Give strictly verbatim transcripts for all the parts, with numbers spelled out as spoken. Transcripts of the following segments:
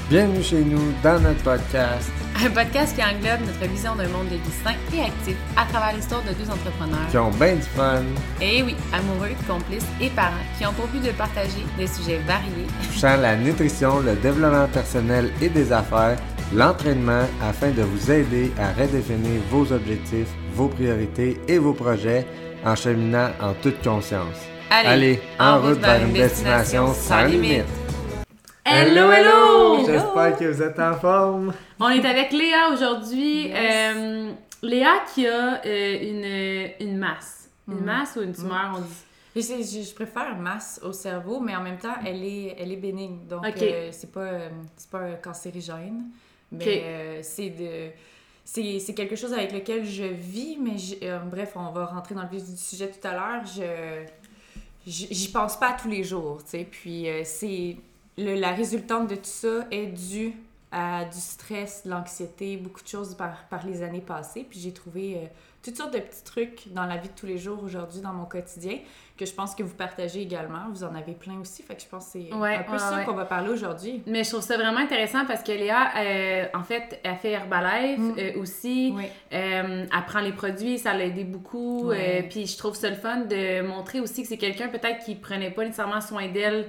Bienvenue chez nous dans notre podcast. Un podcast qui englobe notre vision d'un monde de vie sain et actif à travers l'histoire de deux entrepreneurs Qui ont bien du fun. Et oui, amoureux, complices et parents qui ont pour but de partager des sujets variés touchant la nutrition, le développement personnel et des affaires, l'entraînement afin de vous aider à redéfinir vos objectifs, vos priorités et vos projets en cheminant en toute conscience. Allez, Allez en route vers une destination sans limite. Hello, hello! J'espère que vous êtes en forme. On est avec Léa aujourd'hui. Yes. Euh, Léa qui a euh, une, une masse. Une mm. masse ou une tumeur, mm. on dit? Je, je, je préfère masse au cerveau, mais en même temps, elle est, elle est bénigne. Donc, okay. euh, c'est pas, euh, c'est pas cancérigène. Mais okay. euh, c'est de... C'est, c'est quelque chose avec lequel je vis, mais je, euh, bref, on va rentrer dans le vif du sujet tout à l'heure. Je, j'y pense pas tous les jours, tu sais. Puis euh, c'est... Le, la résultante de tout ça est due à du stress, de l'anxiété, beaucoup de choses par, par les années passées. Puis j'ai trouvé euh, toutes sortes de petits trucs dans la vie de tous les jours aujourd'hui, dans mon quotidien, que je pense que vous partagez également. Vous en avez plein aussi. Fait que je pense que c'est ouais, un peu ouais, ça ouais. qu'on va parler aujourd'hui. Mais je trouve ça vraiment intéressant parce que Léa, euh, en fait, elle fait Herbalife mm. euh, aussi. Oui. Euh, elle prend les produits, ça l'a aidé beaucoup. Oui. Euh, puis je trouve ça le fun de montrer aussi que c'est quelqu'un peut-être qui prenait pas nécessairement soin d'elle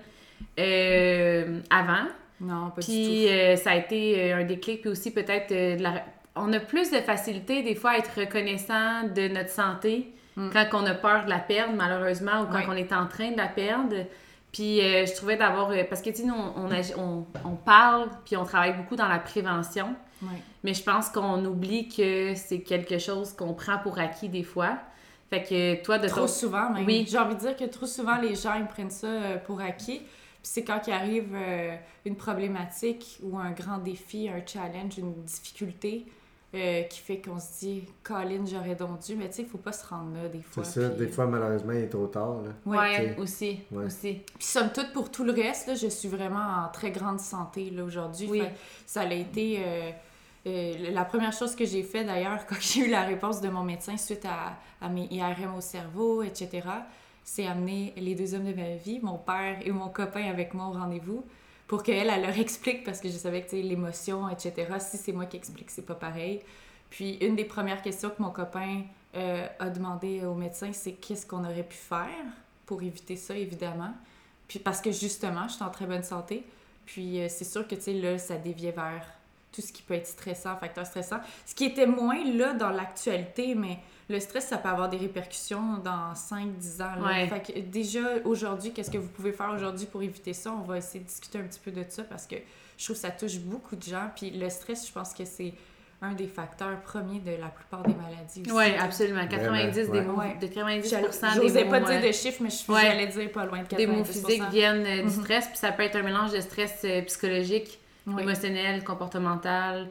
Euh, avant. Non, pas puis, du tout. Puis euh, ça a été euh, un déclic, puis aussi peut-être euh, de la... on a plus de facilité des fois à être reconnaissant de notre santé mm. quand on a peur de la perdre malheureusement ou quand ouais. on est en train de la perdre. Puis euh, je trouvais d'avoir... Euh, parce que tu sais, nous, on, on, on, on parle, puis on travaille beaucoup dans la prévention, ouais. mais je pense qu'on oublie que c'est quelque chose qu'on prend pour acquis des fois. Fait que toi, de Trop ton... souvent, même. Oui. J'ai envie de dire que trop souvent, les gens, ils prennent ça pour acquis. Puis c'est quand il arrive euh, une problématique ou un grand défi, un challenge, une difficulté euh, qui fait qu'on se dit « Colin, j'aurais donc dû », mais tu sais, il faut pas se rendre là des fois. C'est ça, puis... des fois, malheureusement, il est trop tard. Là. Oui, ouais, aussi, ouais. aussi. Puis somme toute, pour tout le reste, là, je suis vraiment en très grande santé là, aujourd'hui. Oui. Fait, ça a été... Euh, Euh, la première chose que j'ai fait d'ailleurs quand j'ai eu la réponse de mon médecin suite à, à mes I R M au cerveau, et cetera, c'est amener les deux hommes de ma vie, mon père et mon copain avec moi au rendez-vous pour qu'elle, elle leur explique parce que je savais que l'émotion, et cetera, si c'est moi qui explique, c'est pas pareil. Puis une des premières questions que mon copain euh, a demandé au médecin, c'est qu'est-ce qu'on aurait pu faire pour éviter ça, évidemment. Puis parce que justement, je suis en très bonne santé. Puis euh, c'est sûr que tu sais là, ça déviait vers tout ce qui peut être stressant, facteur stressant. Ce qui était moins là dans l'actualité, mais le stress, ça peut avoir des répercussions dans cinq dix ans. Là. Ouais. Fait que déjà, aujourd'hui, qu'est-ce que vous pouvez faire aujourd'hui pour éviter ça? On va essayer de discuter un petit peu de ça parce que je trouve que ça touche beaucoup de gens. Puis le stress, je pense que c'est un des facteurs premiers de la plupart des maladies aussi. Oui, absolument. quatre-vingt-dix ouais. des mots, ouais. de quatre-vingt-dix pour cent des J'osais mots... pas dire de chiffres, mais je, ouais. j'allais dire pas loin de quatre-vingt-dix pour cent. Des mots physiques viennent euh, du mm-hmm. stress, puis ça peut être un mélange de stress euh, psychologique, oui. émotionnel, comportemental...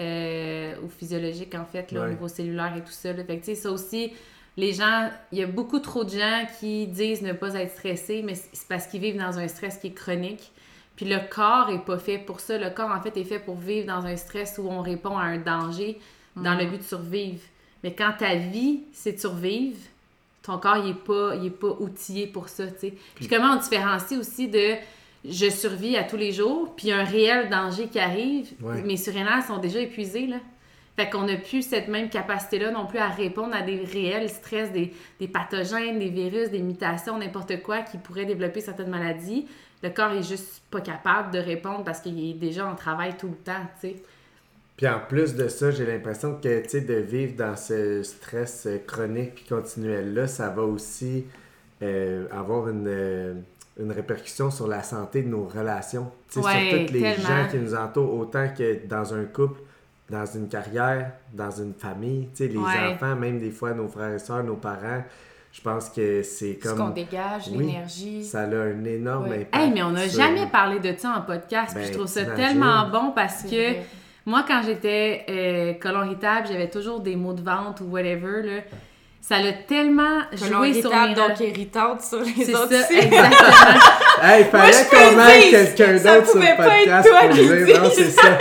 Euh, ou physiologique en fait, là, ouais. au niveau cellulaire et tout ça. Là. Fait que tu sais, ça aussi, les gens, il y a beaucoup trop de gens qui disent ne pas être stressés, mais c'est parce qu'ils vivent dans un stress qui est chronique. Puis le corps est pas fait pour ça. Le corps, en fait, est fait pour vivre dans un stress où on répond à un danger dans mm. le but de survivre. Mais quand ta vie, c'est de survivre, ton corps, il est pas, il est pas outillé pour ça, tu sais. Puis comment on différencie aussi de... je survis à tous les jours, puis il y a un réel danger qui arrive, ouais. mes surrénales sont déjà épuisées, là. Fait qu'on n'a plus cette même capacité-là non plus à répondre à des réels stress, des, des pathogènes, des virus, des mutations, n'importe quoi qui pourrait développer certaines maladies. Le corps est juste pas capable de répondre parce qu'il est déjà en travail tout le temps, tu sais. Puis en plus de ça, j'ai l'impression que, tu sais, de vivre dans ce stress chronique puis continuel-là, ça va aussi euh, avoir une... Euh, une répercussion sur la santé de nos relations. Ouais, sur tous les tellement. gens qui nous entourent, autant que dans un couple, dans une carrière, dans une famille, les ouais. enfants, même des fois nos frères et sœurs, nos parents. Je pense que c'est comme... Ce qu'on dégage, oui, l'énergie. Ça a un énorme ouais. impact. Hey, mais on n'a sur... jamais parlé de ça en podcast. Ben, puis je trouve ça t'imagines. tellement bon parce que vrai. moi, quand j'étais euh, colon irritable, j'avais toujours des maux de ventre ou whatever, là. Ça l'a tellement joué sur mes... donc irritante sur les c'est autres ça, aussi. Exactement. Hey, fallait qu'on mette quelqu'un d'autre sur le podcast pour dire. dire. Non, c'est ça.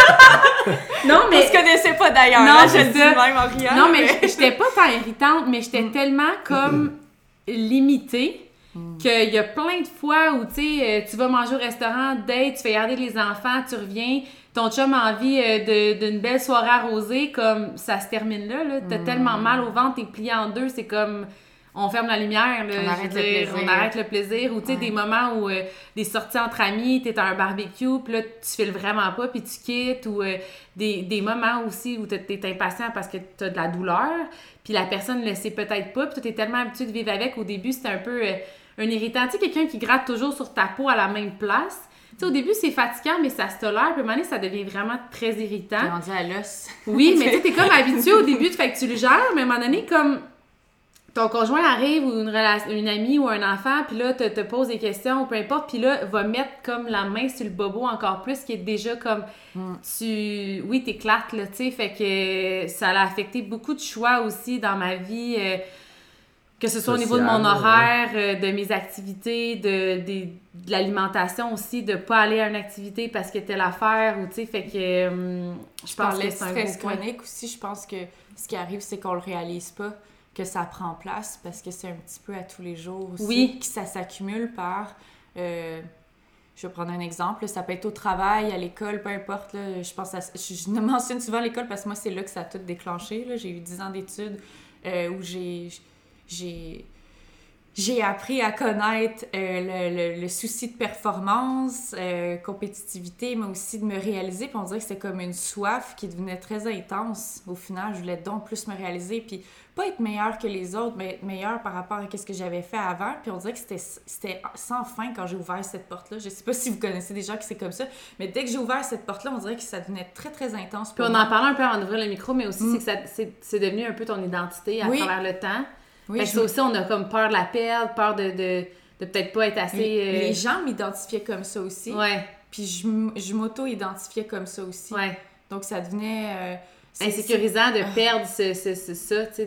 Non, mais... On se connaissait pas d'ailleurs. Non, là, je le dis même en riant. Non, mais j'étais pas tant irritante, mais j'étais mm. tellement comme limitée Mm. Qu'il y a plein de fois où, tu sais, tu vas manger au restaurant, date, tu fais garder les enfants, tu reviens, ton chum a envie euh, de, d'une belle soirée arrosée, comme ça se termine là, là. T'as mm. tellement mal au ventre, t'es plié en deux, c'est comme... On ferme la lumière, là, on, arrête dire, le plaisir. on arrête le plaisir. Ou tu sais, ouais. des moments où euh, des sorties entre amis, t'es à un barbecue, puis là, tu files vraiment pas, puis tu quittes. Ou euh, des, des moments aussi où t'es impatient parce que t'as de la douleur, puis la personne le sait peut-être pas, puis toi, t'es tellement habitué de vivre avec. Au début, c'était un peu euh, un irritant. Tu sais, quelqu'un qui gratte toujours sur ta peau à la même place. Tu sais, au début, c'est fatigant, mais ça se tolère. Puis à un moment donné, ça devient vraiment très irritant. T'es rendu à l'os. Oui, mais tu sais, t'es comme habitué au début, fait que tu le gères, mais à un moment donné, comme... Ton conjoint arrive ou une, relation, une amie ou un enfant, puis là, te, te pose des questions ou peu importe, puis là, va mettre comme la main sur le bobo encore plus, qui est déjà comme, mm. tu... Oui, t'éclates, là, tu sais, fait que ça a affecté beaucoup de choix aussi dans ma vie, euh, que ce soit Social, au niveau de mon horaire, ouais. euh, de mes activités, de, de, de l'alimentation aussi, de pas aller à une activité parce que telle affaire, ou tu sais, fait que euh, je pense que c'est un gros point. Chronique aussi, je pense que ce qui arrive, c'est qu'on le réalise pas. Que ça prend place parce que c'est un petit peu à tous les jours aussi. Oui. Que ça s'accumule par... Euh, je vais prendre un exemple. Là, ça peut être au travail, à l'école, peu importe. Là, je pense à, je, je mentionne souvent l'école parce que moi, c'est là que ça a tout déclenché. Là. J'ai eu dix ans d'études euh, où j'ai... j'ai J'ai appris à connaître euh, le, le, le souci de performance, euh, compétitivité, mais aussi de me réaliser. Puis on dirait que c'était comme une soif qui devenait très intense. Au final, je voulais donc plus me réaliser. Puis pas être meilleure que les autres, mais être meilleure par rapport à ce que j'avais fait avant. Puis on dirait que c'était, c'était sans fin quand j'ai ouvert cette porte-là. Je sais pas si vous connaissez des gens qui c'est comme ça, mais dès que j'ai ouvert cette porte-là, on dirait que ça devenait très, très intense. Puis on moi. En parlait un peu avant d'ouvrir le micro, mais aussi mm. c'est que ça, c'est, c'est devenu un peu ton identité à oui. travers le temps. Oui, fait que ça aussi, on a comme peur de la perdre, peur de, de, de peut-être pas être assez... Les, euh... les gens m'identifiaient comme ça aussi. Ouais. Puis je, je m'auto-identifiais comme ça aussi. Ouais. Donc ça devenait... Euh, c'est, insécurisant c'est... de perdre ce, ce, ce, ça, tu sais,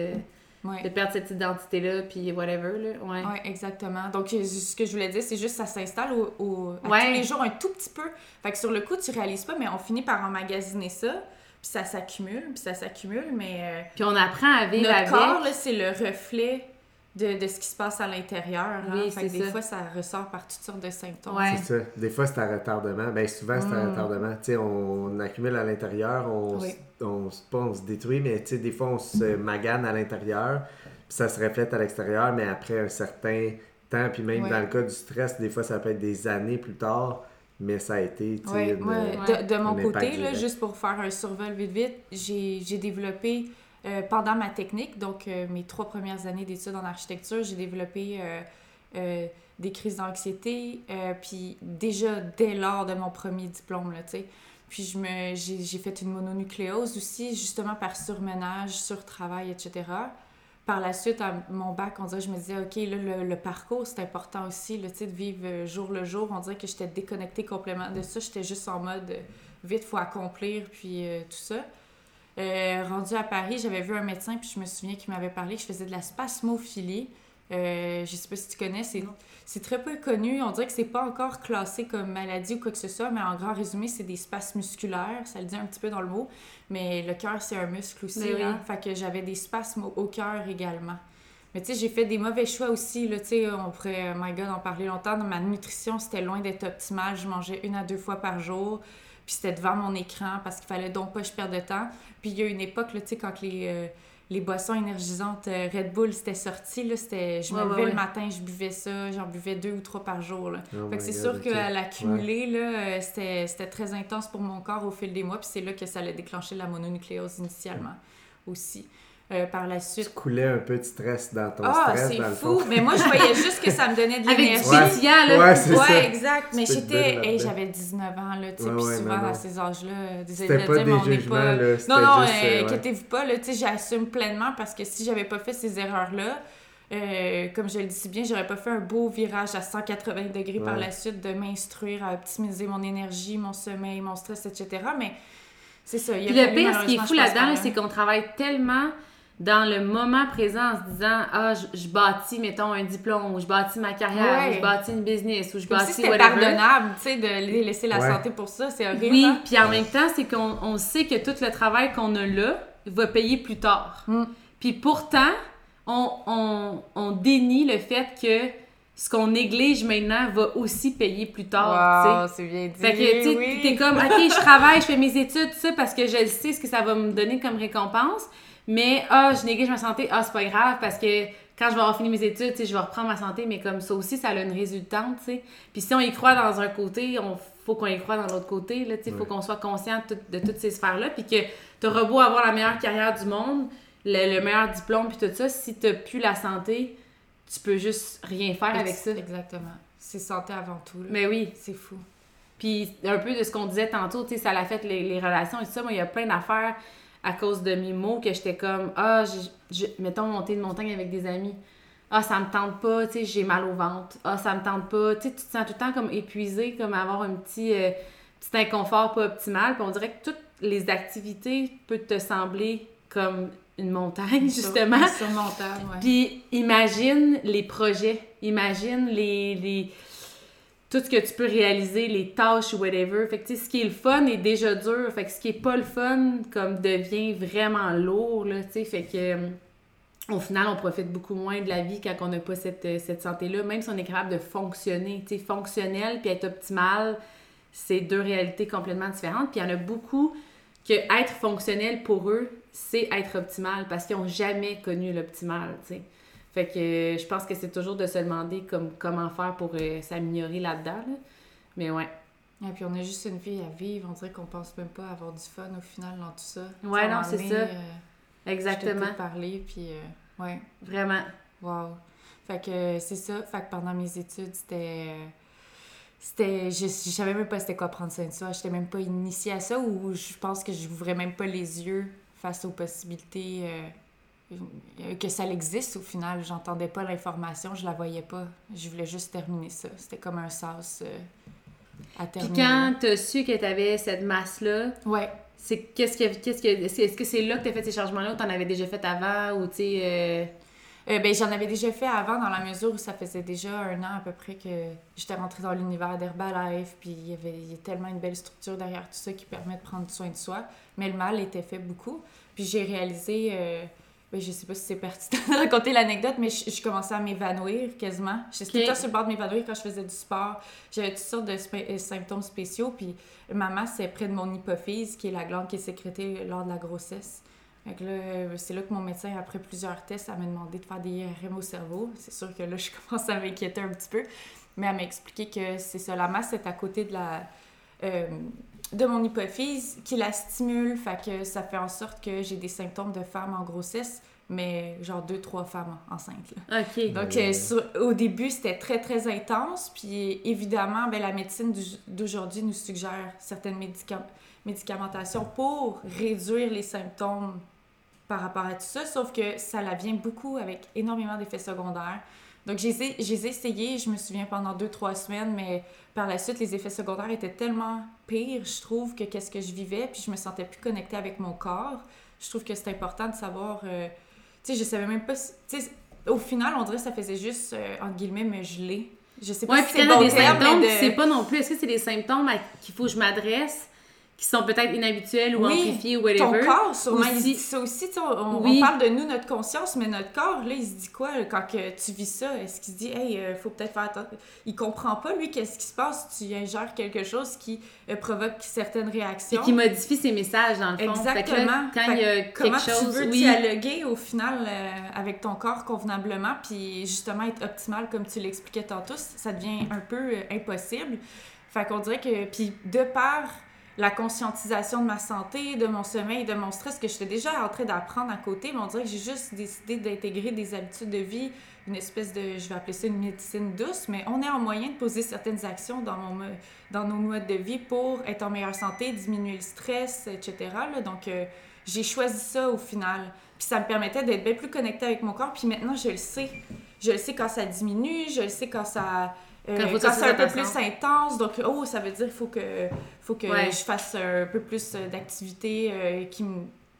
de, ouais. de perdre cette identité-là, puis whatever, là. Ouais. Ouais, exactement. Donc ce que je voulais dire, c'est juste que ça s'installe au, au, à ouais. tous les jours un tout petit peu. Fait que sur le coup, tu réalises pas, mais on finit par emmagasiner ça. Puis ça s'accumule, puis ça s'accumule, mais... Euh, puis on apprend à vivre notre avec. Notre corps, là, c'est le reflet de, de ce qui se passe à l'intérieur. Oui, hein? c'est fait que des ça. fois, ça ressort par toutes sortes de symptômes. Ouais. C'est ça. Des fois, c'est un retardement. Bien, souvent, c'est un mm. retardement. Tu sais, on accumule à l'intérieur, on, oui. on, pas on se détruit, mais tu sais, des fois, on se magane à l'intérieur, puis ça se reflète à l'extérieur, mais après un certain temps, puis même oui. dans le cas du stress, des fois, ça peut être des années plus tard. Mais ça a été, tu sais, ouais, une, ouais. De, de mon côté, là, juste pour faire un survol vite vite, j'ai, j'ai développé, euh, pendant ma technique, donc euh, mes trois premières années d'études en architecture, j'ai développé euh, euh, des crises d'anxiété, euh, puis déjà dès lors de mon premier diplôme, là, tu sais. Puis je me, j'ai, j'ai fait une mononucléose aussi, justement par surmenage, surtravail, et cetera. Par la suite, à mon bac, on dirait, je me disais, OK, là, le, le parcours, c'est important aussi, là, tu sais, de vivre jour le jour. On dirait que j'étais déconnectée complètement de ça. J'étais juste en mode, euh, vite, il faut accomplir, puis euh, tout ça. Euh, rendue à Paris, j'avais vu un médecin, puis je me souviens qu'il m'avait parlé que je faisais de la spasmophilie. Euh, je sais pas si tu connais, c'est, c'est très peu connu. On dirait que c'est pas encore classé comme maladie ou quoi que ce soit, mais en grand résumé, c'est des spasmes musculaires. Ça le dit un petit peu dans le mot. Mais le cœur, c'est un muscle aussi. Oui. Hein? Fait que j'avais des spasmes au, au cœur également. Mais tu sais, j'ai fait des mauvais choix aussi. Là, tu sais, on pourrait, oh my God, en parler longtemps. Ma nutrition, c'était loin d'être optimale. Je mangeais une à deux fois par jour. Puis c'était devant mon écran parce qu'il fallait donc pas que je perde de temps. Puis il y a une époque, là, tu sais, quand les... Euh, les boissons énergisantes euh, Red Bull, c'était sorti, là, c'était, je me ouais, levais ouais, le matin, je buvais ça, j'en buvais deux ou trois par jour, là. Oh fait que c'est God, sûr okay. qu'à l'accumuler, ouais. là, euh, c'était, c'était très intense pour mon corps au fil des mois, puis c'est là que ça allait déclencher la mononucléose initialement ouais. aussi. Euh, par la suite... Tu coulais un peu de stress dans ton ah, stress, dans le fond. Ah, c'est fou! Mais moi, je voyais juste que ça me donnait de l'énergie. Avec du pétillant, là. Ouais, c'est ouais ça. exact. Mais j'étais... Hey, j'avais dix-neuf ans, là, tu sais, ouais, puis ouais, souvent, non, non. à ces âges-là, désolé c'était de pas dire, des mais on n'est jugements, pas... là, c'était non, non, juste, euh, ouais. inquiétez-vous pas, là, tu sais, j'assume pleinement parce que si j'avais pas fait ces erreurs-là, euh, comme je le dis si bien, j'aurais pas fait un beau virage à cent quatre-vingts degrés ouais. par la suite de m'instruire à optimiser mon énergie, mon sommeil, mon stress, et cetera. Mais c'est ça. Il puis le pire, ce qui est fou là-dedans, là, c'est qu'on travaille tellement... dans le moment présent en se disant « Ah, je, je bâtis, mettons, un diplôme, ou je bâtis ma carrière, ouais. ou je bâtis une business, ou je bâtis si c'était whatever. » pardonnable, tu sais, de laisser la ouais. santé pour ça, c'est horrible. Oui, hein? Puis en même temps, c'est qu'on on sait que tout le travail qu'on a là va payer plus tard. Mm. Puis pourtant, on, on, on dénie le fait que ce qu'on néglige maintenant va aussi payer plus tard, wow, c'est bien dit. Fait que, tu sais, oui. t'es comme, OK, je travaille, je fais mes études, tout ça, parce que je sais ce que ça va me donner comme récompense, mais, ah, je néglige ma santé, ah, c'est pas grave, parce que quand je vais avoir fini mes études, tu sais, je vais reprendre ma santé, mais comme ça aussi, ça a une résultante, tu sais. Puis si on y croit dans un côté, on faut qu'on y croit dans l'autre côté, là, tu sais, il faut qu'on soit conscient de, tout, de toutes ces sphères-là, puis que t'auras beau avoir la meilleure carrière du monde, le, le meilleur diplôme, puis tout ça, si t'as plus la santé, tu peux juste rien faire avec ça. Exactement. C'est santé avant tout. Là. Mais oui. C'est fou. Puis un peu de ce qu'on disait tantôt, tu sais, ça l'a fait les, les relations et tout ça. Moi, il y a plein d'affaires à cause de mes mots que j'étais comme, ah, je, je, mettons, monter une montagne avec des amis. Ah, ça me tente pas, tu sais, j'ai mal au ventre. Ah, ça me tente pas. Tu sais, tu te sens tout le temps comme épuisé, comme avoir un petit, euh, petit inconfort pas optimal. Puis on dirait que toutes les activités peuvent te sembler comme une montagne, justement. Sur, surmontable, ouais. Puis imagine les projets, imagine les, les tout ce que tu peux réaliser, les tâches ou whatever. Fait que tu sais, ce qui est le fun est déjà dur. Fait que ce qui est pas le fun, comme devient vraiment lourd, là, tu sais. Fait que au final, on profite beaucoup moins de la vie quand on n'a pas cette, cette santé-là, même si on est capable de fonctionner. Tu sais, fonctionnel puis être optimal, c'est deux réalités complètement différentes. Puis il y en a beaucoup que être fonctionnel pour eux, c'est être optimal parce qu'ils n'ont jamais connu l'optimal, tu sais. Fait que euh, je pense que c'est toujours de se demander comme, comment faire pour euh, s'améliorer là-dedans, là. Mais ouais. Et puis on a juste une vie à vivre, on dirait qu'on pense même pas avoir du fun au final dans tout ça. Ouais, non, c'est ça. Euh, Exactement. Je te parler, puis euh, ouais. Vraiment. Wow. Fait que euh, c'est ça, fait que pendant mes études, c'était... Euh, C'était, je, je savais même pas c'était quoi prendre soin de soi. J'étais même pas initiée à ça ou je pense que je n'ouvrais même pas les yeux face aux possibilités euh, que ça existe au final. J'entendais pas l'information, je la voyais pas. Je voulais juste terminer ça. C'était comme un sas euh, à terminer. Puis quand t'as su que t'avais cette masse-là, ouais. c'est, qu'est-ce que, qu'est-ce que, est-ce que c'est là que t'as fait ces changements-là ou t'en avais déjà fait avant ou tu sais... Euh... Euh, ben, j'en avais déjà fait avant dans la mesure où ça faisait déjà un an à peu près que j'étais rentrée dans l'univers d'Herbalife, puis il y avait il y a tellement une belle structure derrière tout ça qui permet de prendre soin de soi, mais le mal était fait beaucoup. Puis j'ai réalisé, euh, ben, je sais pas si c'est pertinent de raconter l'anecdote, mais je, je commençais à m'évanouir quasiment. J'étais okay. tout le temps sur le bord de m'évanouir quand je faisais du sport. J'avais toutes sortes de sp- symptômes spéciaux, puis ma masse, c'est près de mon hypophyse, qui est la glande qui est sécrétée lors de la grossesse. Fait que là, c'est là que mon médecin, après plusieurs tests, elle m'a demandé de faire des I R M au cerveau. C'est sûr que là, je commence à m'inquiéter un petit peu. Mais elle m'a expliqué que c'est ça, la masse est à côté de la euh, de mon hypophyse qui la stimule. Fait que ça fait en sorte que j'ai des symptômes de femme en grossesse, mais genre deux, trois femmes enceintes. Là. OK. Donc, euh, sur, au début, c'était très, très intense. Puis évidemment, ben, la médecine d'aujourd'hui nous suggère certaines médica- médicamentations pour réduire les symptômes par rapport à tout ça, sauf que ça la vient beaucoup avec énormément d'effets secondaires. Donc, j'ai, j'ai essayé, je me souviens, pendant deux, trois semaines, mais par la suite, les effets secondaires étaient tellement pires, je trouve, que qu'est-ce que je vivais, puis je me sentais plus connectée avec mon corps. Je trouve que c'est important de savoir... Euh, tu sais, je savais même pas... Tu sais, au final, on dirait que ça faisait juste, euh, entre guillemets, me geler. Je sais pas ouais, si c'est bon des terme, symptômes, de... tu sais pas non plus. Est-ce que c'est des symptômes à... qu'il faut que je m'adresse qui sont peut-être inhabituels ou oui, amplifiés ou whatever. Ton corps, sûrement, aussi. Il dit ça aussi. On, oui. on parle de nous, notre conscience, mais notre corps, là, il se dit quoi quand que tu vis ça? Est-ce qu'il se dit, hey, euh, faut peut-être faire attention? Il comprend pas, lui, qu'est-ce qui se passe? Tu ingères quelque chose qui euh, provoque certaines réactions. Et qui modifie ses messages, dans le fond. Exactement. Fait que là, quand il y a quelque comment chose... tu veux oui. dialoguer, au final, euh, avec ton corps convenablement, puis justement être optimal, comme tu l'expliquais tantôt, ça devient un peu euh, impossible. Fait qu'on dirait que... Puis de par... la conscientisation de ma santé, de mon sommeil, de mon stress, que j'étais déjà en train d'apprendre à côté, mais on dirait que j'ai juste décidé d'intégrer des habitudes de vie, une espèce de, je vais appeler ça une médecine douce, mais on est en moyen de poser certaines actions dans, mon, dans nos modes de vie pour être en meilleure santé, diminuer le stress, et cetera. Là. Donc, euh, j'ai choisi ça au final. Puis ça me permettait d'être bien plus connectée avec mon corps, puis maintenant, je le sais. Je le sais quand ça diminue, je le sais quand ça... Euh, quand, quand c'est un peu plus intense, donc oh, ça veut dire qu'il faut que, faut que ouais. je fasse un peu plus d'activités euh, qui me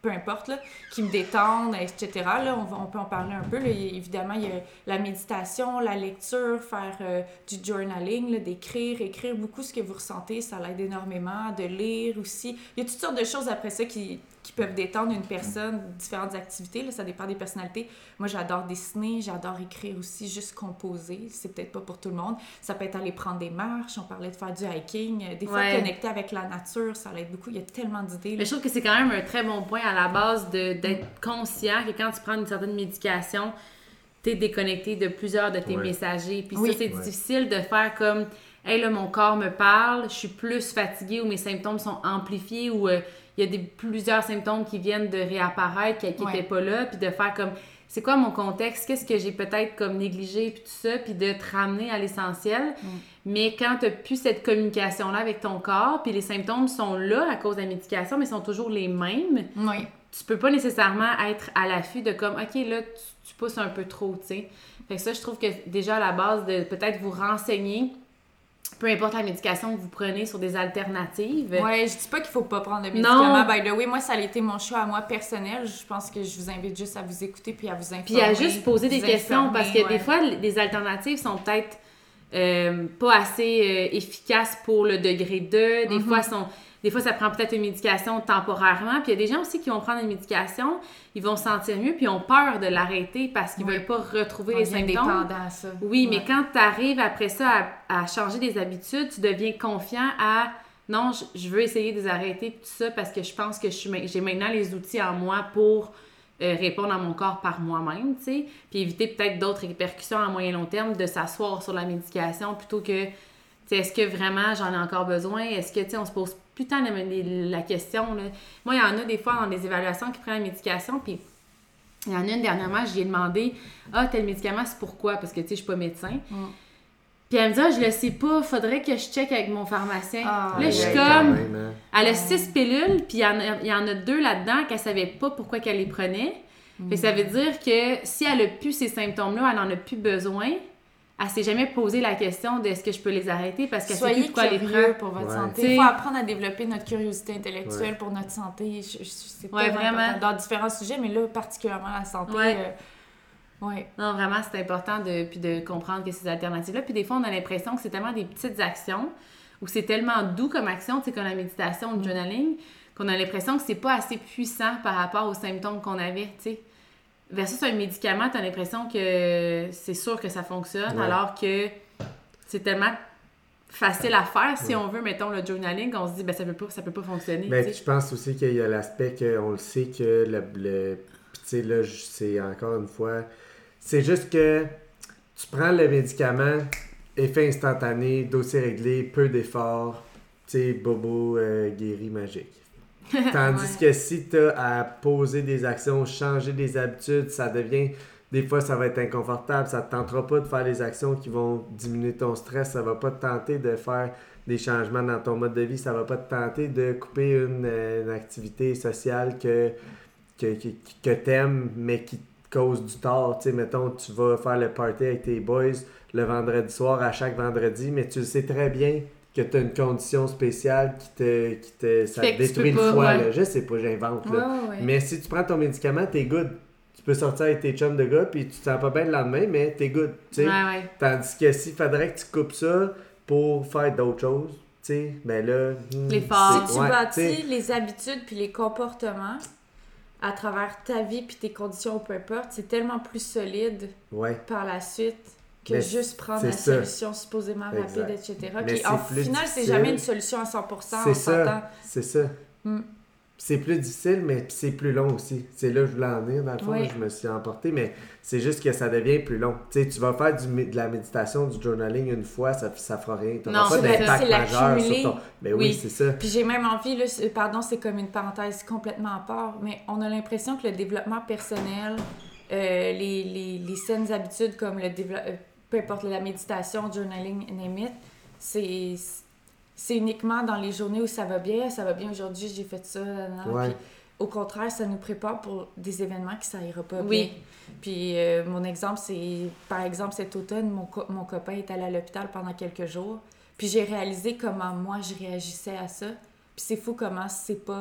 peu importe, là, qui me détendent, et cetera. Là, on, va, on peut en parler un peu. Là. Évidemment, il y a la méditation, la lecture, faire euh, du journaling, là, d'écrire, écrire beaucoup ce que vous ressentez, ça l'aide énormément, de lire aussi. Il y a toutes sortes de choses après ça qui, qui peuvent détendre une personne, différentes activités, là, ça dépend des personnalités. Moi, j'adore dessiner, j'adore écrire aussi, juste composer. C'est peut-être pas pour tout le monde. Ça peut être aller prendre des marches, on parlait de faire du hiking, des fois ouais. connecter avec la nature, ça l'aide beaucoup. Il y a tellement d'idées. Là. Mais je trouve que c'est quand même un très bon point à la base de, d'être conscient que quand tu prends une certaine médication, tu es déconnecté de plusieurs de tes ouais. messagers. Puis oui. ça, c'est ouais. difficile de faire comme « Hey, là, mon corps me parle, je suis plus fatiguée ou mes symptômes sont amplifiés ou il euh, y a des, plusieurs symptômes qui viennent de réapparaître, qui n'étaient ouais. pas là. » Puis de faire comme « C'est quoi mon contexte? Qu'est-ce que j'ai peut-être comme négligé? » Puis tout ça, puis de te ramener à l'essentiel. Mm. Mais quand tu n'as plus cette communication-là avec ton corps, puis les symptômes sont là à cause de la médication, mais sont toujours les mêmes, oui. tu peux pas nécessairement être à l'affût de comme, OK, là, tu, tu pousses un peu trop, tu sais. Fait que ça, je trouve que déjà à la base de peut-être vous renseigner, peu importe la médication que vous prenez, sur des alternatives. Ouais, je dis pas qu'il faut pas prendre de médicaments. Non. By the way, moi, ça a été mon choix à moi personnel. Je pense que je vous invite juste à vous écouter puis à vous informer. Puis à juste poser des questions, parce que ouais. des fois, les alternatives sont peut-être Euh, pas assez euh, efficace pour le degré deux. Des, mm-hmm. fois, sont, des fois, ça prend peut-être une médication temporairement. Puis il y a des gens aussi qui vont prendre une médication, ils vont se sentir mieux, puis ils ont peur de l'arrêter parce qu'ils ne oui. veulent pas retrouver On les symptômes. Dépendant à ça. Oui, ouais. mais quand tu arrives après ça à, à changer des habitudes, tu deviens confiant à « Non, je, je veux essayer de les arrêter, tout ça, parce que je pense que je suis, j'ai maintenant les outils en moi pour... » Euh, répondre à mon corps par moi-même, tu sais, puis éviter peut-être d'autres répercussions à moyen long terme de s'asseoir sur la médication plutôt que, tu sais, est-ce que vraiment j'en ai encore besoin? Est-ce que, tu sais, on se pose plus tant la, la question, là. Moi, il y en a des fois dans des évaluations qui prennent la médication, puis il y en a une dernièrement, je lui ai demandé « Ah, tel médicament, c'est pourquoi? » Parce que, tu sais, je suis pas médecin. Mm. Puis elle me dit, ah, je le sais pas, faudrait que je check avec mon pharmacien. Ah, là, je suis comme, même, hein. Elle a six pilules, puis il y, en a, il y en a deux là-dedans qu'elle savait pas pourquoi qu'elle les prenait. Mm. Fait que ça veut dire que si elle a plus ces symptômes-là, elle en a plus besoin, elle s'est jamais posé la question de est-ce que je peux les arrêter parce qu'elle sait plus de quoi les prendre. Pour votre ouais. santé. Il faut apprendre à développer notre curiosité intellectuelle ouais. pour notre santé. Je, je, c'est ouais, vraiment important. Dans différents sujets, mais là, particulièrement la santé. Ouais. Euh, Oui. Non, vraiment, c'est important de, puis de comprendre que ces alternatives-là. Puis des fois, on a l'impression que c'est tellement des petites actions ou c'est tellement doux comme action, tu sais, comme la méditation ou le journaling, qu'on a l'impression que c'est pas assez puissant par rapport aux symptômes qu'on avait, tu sais. Versus un médicament, tu as l'impression que c'est sûr que ça fonctionne, ouais. alors que c'est tellement facile à faire si ouais. on veut, mettons, le journaling, qu'on se dit, ben ça peut pas, ça peut pas fonctionner. Mais je pense aussi qu'il y a l'aspect qu'on le sait que le... le... tu sais, là, c'est encore une fois... C'est juste que tu prends le médicament, effet instantané, dossier réglé, peu d'efforts, tu sais, bobo, euh, guéri, magique. Tandis ouais. que si tu as à poser des actions, changer des habitudes, ça devient... Des fois, ça va être inconfortable, ça ne te tentera pas de faire des actions qui vont diminuer ton stress, ça ne va pas te tenter de faire des changements dans ton mode de vie, ça ne va pas te tenter de couper une, une activité sociale que, que, que, que tu aimes, mais qui cause du tort. Tu sais, mettons, tu vas faire le party avec tes boys le vendredi soir à chaque vendredi, mais tu le sais très bien que tu as une condition spéciale qui te, qui te ça te détruit le foie. Ouais. Là. Je sais pas, j'invente. Là. Ouais, ouais. Mais si tu prends ton médicament, t'es good. Tu peux sortir avec tes chums de gars, puis tu te sens pas bien le lendemain, mais t'es good. Tu sais. Ouais, ouais. Tandis que s'il faudrait que tu coupes ça pour faire d'autres choses, tu sais, ben là... L'effort. Si tu ouais, bâtis les habitudes puis les comportements à travers ta vie puis tes conditions, peu importe, c'est tellement plus solide ouais. par la suite que mais juste prendre la ça. Solution supposément exact. Rapide, et cetera. Puis en final, difficile. C'est jamais une solution à cent pour cent. C'est ça, s'entend. C'est ça. Mm. C'est plus difficile, mais c'est plus long aussi. C'est là que je voulais en venir, dans le fond, oui. Je me suis emporté, mais c'est juste que ça devient plus long. Tu sais, tu vas faire du, de la méditation, du journaling une fois, ça ne fera rien. Tu n'auras pas d'impact majeur sur ton... Mais oui, oui c'est ça. Puis j'ai même envie, là, pardon, c'est comme une parenthèse complètement à part, mais on a l'impression que le développement personnel, euh, les, les, les saines habitudes comme le développement, euh, peu importe la méditation, journaling, name it, c'est... C'est uniquement dans les journées où ça va bien. Ça va bien aujourd'hui, j'ai fait ça. Là, là. Ouais. Puis, au contraire, ça nous prépare pour des événements que ça ira pas bien. Oui. Puis euh, mon exemple, c'est... Par exemple, cet automne, mon, co- mon copain est allé à l'hôpital pendant quelques jours. Puis j'ai réalisé comment moi, je réagissais à ça. Puis c'est fou comment c'est pas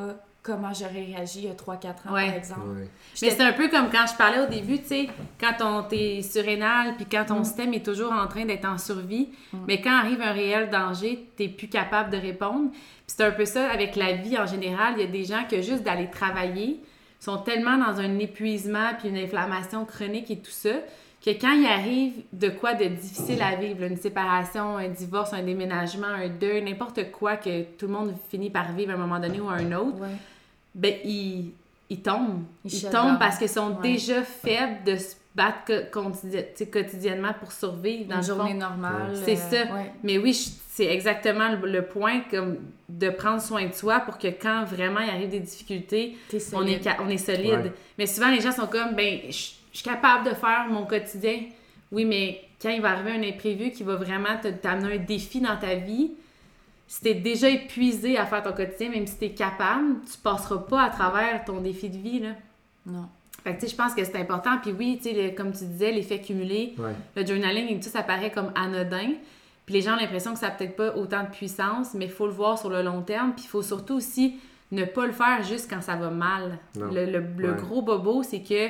comment j'aurais réagi il y a trois quatre ans, ouais. par exemple. Ouais. Mais c'est un peu comme quand je parlais au début, tu sais, quand on t'es surrénal, puis quand ton mm. système est toujours en train d'être en survie, mm. mais quand arrive un réel danger, t'es plus capable de répondre. Puis c'est un peu ça avec la vie en général. Il y a des gens que juste d'aller travailler sont tellement dans un épuisement puis une inflammation chronique et tout ça, que quand il arrive de quoi de difficile à vivre, une séparation, un divorce, un déménagement, un deuil, n'importe quoi que tout le monde finit par vivre à un moment donné ou à un autre, ouais. ben ils, ils tombent. Ils, ils tombent parce qu'ils sont ouais. déjà faibles de se battre quotidiennement pour survivre dans une le journée fond. normale. C'est ça. Ouais. Mais oui, je, c'est exactement le, le point comme de prendre soin de soi pour que quand vraiment il arrive des difficultés, on est, on est solide. Ouais. Mais souvent, les gens sont comme, ben, je, je suis capable de faire mon quotidien. Oui, mais quand il va arriver un imprévu qui va vraiment te, t'amener un défi dans ta vie, si t'es déjà épuisé à faire ton quotidien, même si t'es capable, tu passeras pas à travers ton défi de vie, là. Non. Fait que, tu sais, je pense que c'est important. Puis oui, tu sais, comme tu disais, l'effet cumulé, ouais. le journaling et tout ça, ça paraît comme anodin. Puis les gens ont l'impression que ça n'a peut-être pas autant de puissance, mais il faut le voir sur le long terme. Puis il faut surtout aussi ne pas le faire juste quand ça va mal. Non. Le, le, le ouais. gros bobo, c'est que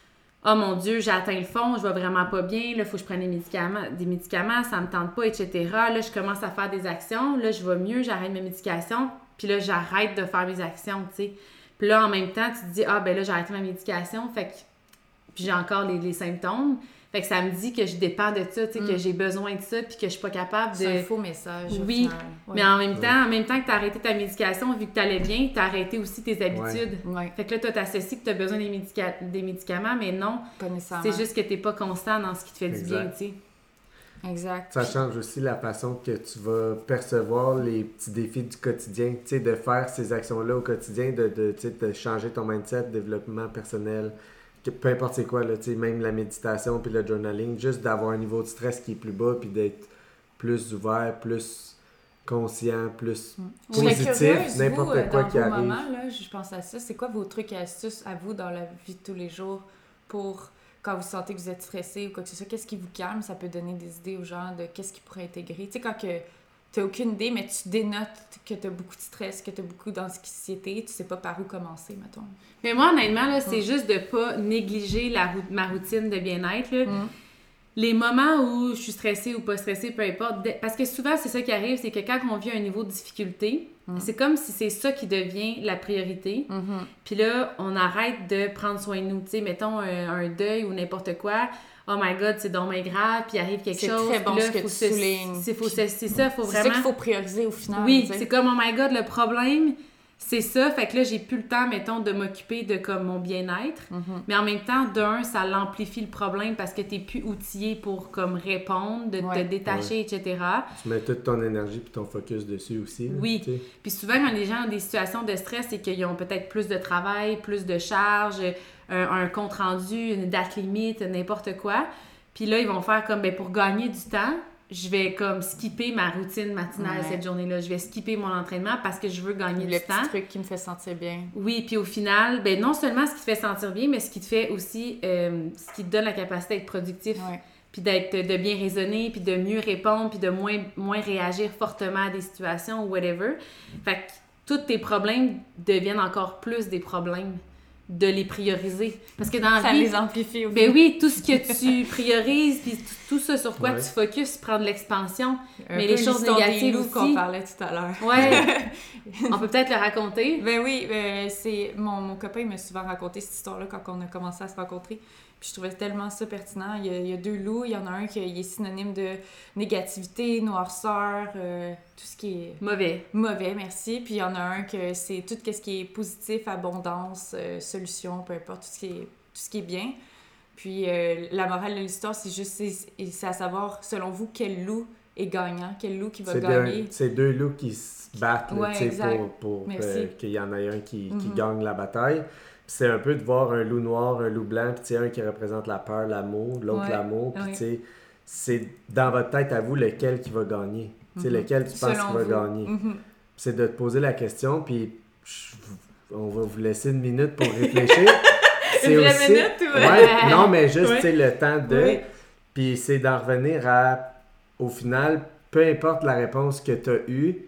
« Oh mon Dieu, j'ai atteint le fond, je vais vraiment pas bien, là, il faut que je prenne des médicaments, des médicaments, ça me tente pas, et cetera. Là, je commence à faire des actions, là, je vais mieux, j'arrête mes médications, puis là, j'arrête de faire mes actions, tu sais. Puis là, en même temps, tu te dis « Ah, ben là, j'ai arrêté ma médication, fait que... Puis j'ai encore les, les symptômes. » Fait que ça me dit que je dépends de ça, tu sais, mm. que j'ai besoin de ça, puis que je suis pas capable de... C'est un faux message, oui, ouais. mais en même temps, ouais. en même temps que tu as arrêté ta médication, vu que tu allais bien, tu as arrêté aussi tes habitudes. Ouais. Ouais. Fait que là, toi, tu associes que tu as besoin des, médica... des médicaments, mais non, c'est juste que tu n'es pas constant dans ce qui te fait exact. Du bien, tu sais. Exact. Ça change aussi la façon que tu vas percevoir les petits défis du quotidien, tu sais, de faire ces actions-là au quotidien, de, de, tu sais, de changer ton mindset, développement personnel, peu importe c'est quoi, là, même la méditation puis le journaling, juste d'avoir un niveau de stress qui est plus bas puis d'être plus ouvert, plus conscient, plus mm. positif, curieuse, n'importe vous, quoi dans qui vos arrive. Moments, là, je pense à ça. C'est quoi vos trucs et astuces à vous dans la vie de tous les jours pour quand vous sentez que vous êtes stressé ou quoi que ce soit? Qu'est-ce qui vous calme? Ça peut donner des idées aux gens de qu'est-ce qui pourrait intégrer. Tu sais, quand que t'as aucune idée, mais tu dénotes que t'as beaucoup de stress, que t'as beaucoup d'anxiété, tu sais pas par où commencer, mettons. Mais moi, honnêtement, là, c'est mm. juste de pas négliger la, ma routine de bien-être. Là. Mm. Les moments où je suis stressée ou pas stressée, peu importe. De... Parce que souvent, c'est ça qui arrive, c'est que quand on vit un niveau de difficulté, mm. c'est comme si c'est ça qui devient la priorité. Mm-hmm. Puis là, on arrête de prendre soin de nous. Tu sais, mettons un, un deuil ou n'importe quoi. Oh my God, c'est donc bien grave, puis il arrive quelque c'est chose. C'est très bon là, ce que tu se... soulignes. C'est, faut se... c'est ça, faut c'est vraiment... C'est ça qu'il faut prioriser au final. Oui, t'sais. C'est comme, oh my God, le problème, c'est ça. Fait que là, j'ai plus le temps, mettons, de m'occuper de comme mon bien-être. Mm-hmm. Mais en même temps, d'un, ça l'amplifie le problème parce que t'es plus outillé pour comme répondre, de ouais. te détacher, ouais. et cetera. Tu mets toute ton énergie puis ton focus dessus aussi. Là, oui. T'sais. Puis souvent, quand les gens ont des situations de stress, c'est qu'ils ont peut-être plus de travail, plus de charges, un, un compte-rendu, une date limite, n'importe quoi. Puis là, ils vont faire comme, ben pour gagner du temps, je vais comme skipper ma routine matinale ouais. cette journée-là. Je vais skipper mon entraînement parce que je veux gagner le du temps. Le petit truc qui me fait sentir bien. Oui, puis au final, ben non seulement ce qui te fait sentir bien, mais ce qui te fait aussi, euh, ce qui te donne la capacité d'être productif. Ouais. Puis d'être, de bien raisonner, puis de mieux répondre, puis de moins, moins réagir fortement à des situations ou whatever. Fait que tous tes problèmes deviennent encore plus des problèmes. De les prioriser. Parce que dans la ça vie... Ça les amplifie aussi. Ben oui, tout ce que tu priorises, puis tout ça sur quoi ouais. tu focuses prend de l'expansion. Un mais les choses négatives aussi... qu'on parlait tout à l'heure. Ouais. On peut peut-être le raconter. Ben oui, ben c'est... Mon, mon copain m'a souvent raconté cette histoire-là quand on a commencé à se rencontrer. Puis je trouvais tellement ça pertinent. Il y a, il y a deux loups. Il y en a un qui est synonyme de négativité, noirceur, euh, tout ce qui est... Mauvais. Mauvais, merci. Puis il y en a un que c'est tout ce qui est positif, abondance, euh, solution, peu importe, tout ce qui est, tout ce qui est bien. Puis euh, la morale de l'histoire, c'est juste, c'est, c'est à savoir, selon vous, quel loup est gagnant, quel loup qui va c'est gagner. Deux, c'est deux loups qui se battent, là, ouais, pour, pour euh, qu'il y en ait un qui, mm-hmm. qui gagne la bataille. C'est un peu de voir un loup noir, un loup blanc, puis un qui représente la peur, l'amour, l'autre ouais, l'amour, puis ouais. tu sais, c'est dans votre tête à vous lequel qui va gagner, tu sais, mm-hmm. lequel tu penses qui va vous. Gagner. Mm-hmm. C'est de te poser la question, puis je, on va vous laisser une minute pour réfléchir. c'est une vraie aussi... minute, ou... ouais, non, mais juste, ouais. tu sais, le temps de... Oui. Puis c'est d'en revenir à, au final, peu importe la réponse que tu as eue,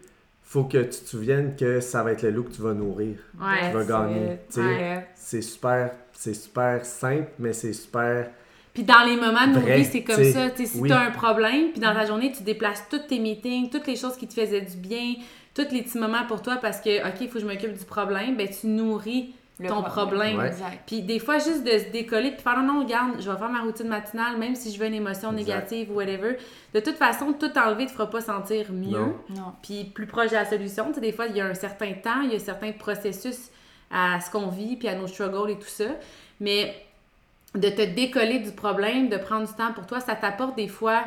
faut que tu te souviennes que ça va être le loup que tu vas nourrir. Ouais, tu vas gagner. C'est, ouais. c'est super, c'est super simple, mais c'est super... Puis dans les moments de nos vrai, vies, c'est comme t'sais, ça. T'sais, si oui. tu as un problème, puis dans ta journée, tu déplaces tous tes meetings, toutes les choses qui te faisaient du bien, tous les petits moments pour toi parce que, OK, il faut que je m'occupe du problème, ben tu nourris le ton problème. Ouais. Puis des fois, juste de se décoller puis faire non, non, regarde, je vais faire ma routine matinale, même si je veux une émotion exact. négative ou whatever. De toute façon, tout enlever te fera pas sentir mieux. Non. Non. Puis plus proche de la solution. T'sais, des fois, il y a un certain temps, il y a certains processus à ce qu'on vit puis à nos struggles et tout ça. Mais de te décoller du problème, de prendre du temps pour toi, ça t'apporte des fois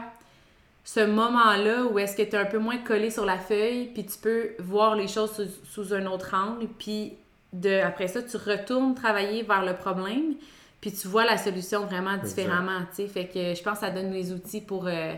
ce moment-là où est-ce que tu es un peu moins collé sur la feuille, puis tu peux voir les choses sous, sous un autre angle, puis de, après ça, tu retournes travailler vers le problème, puis tu vois la solution vraiment différemment, tu sais. Fait que je pense que ça donne les outils pour euh,